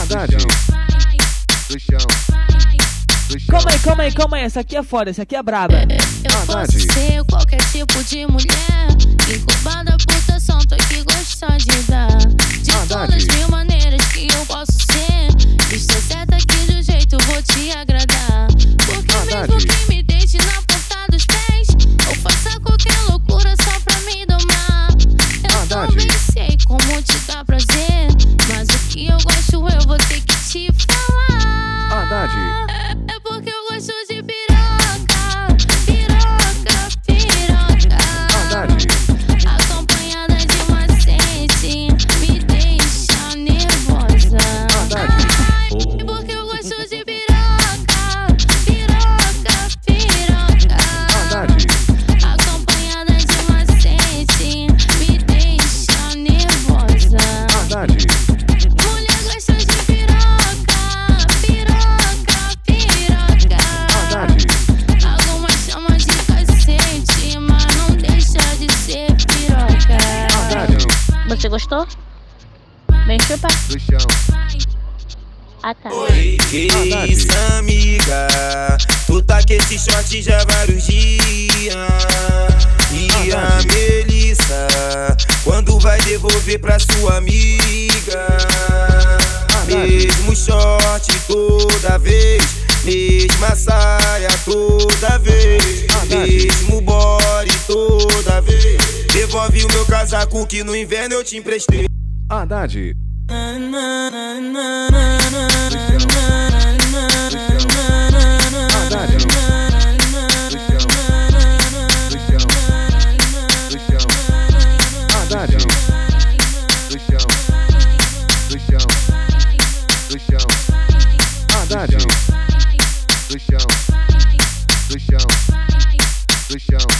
Haddad. Do chão. Calma aí, essa aqui é foda, essa aqui é braba. Eu posso ser qualquer tipo de mulher, incubada, puta, solta que gosta de dar. De todas mil maneiras que eu posso ser, estou certa que de jeito vou te agradar. Porque mesmo que me deite na ponta dos pés, ou faça qualquer loucura só pra me domar. Eu também sei como te dá prazer, mas o que eu gosto eu vou ter que te falar. Haddad. É porque eu gosto de piroca, piroca, piroca. Haddad. Acompanhada de macete, me deixa nervosa. Haddad. É porque eu gosto de piroca, piroca, piroca. Haddad. Acompanhada de macete, me deixa nervosa. Haddad. Mulher gosta de piroca, piroca, piroca. Haddad. Algumas chamam de cacete, mas não deixa de ser piroca. Haddad. Você gostou? Vem chupar. Do chão. Ah, tá. Oi, que isso, amiga? Tu tá com esse short já há vários dias. E a Melissa, quando vai devolver pra sua amiga? Mesmo short toda vez, mesma saia toda vez, mesmo body toda vez. Devolve o meu casaco que no inverno eu te emprestei. Haddad. Do chão.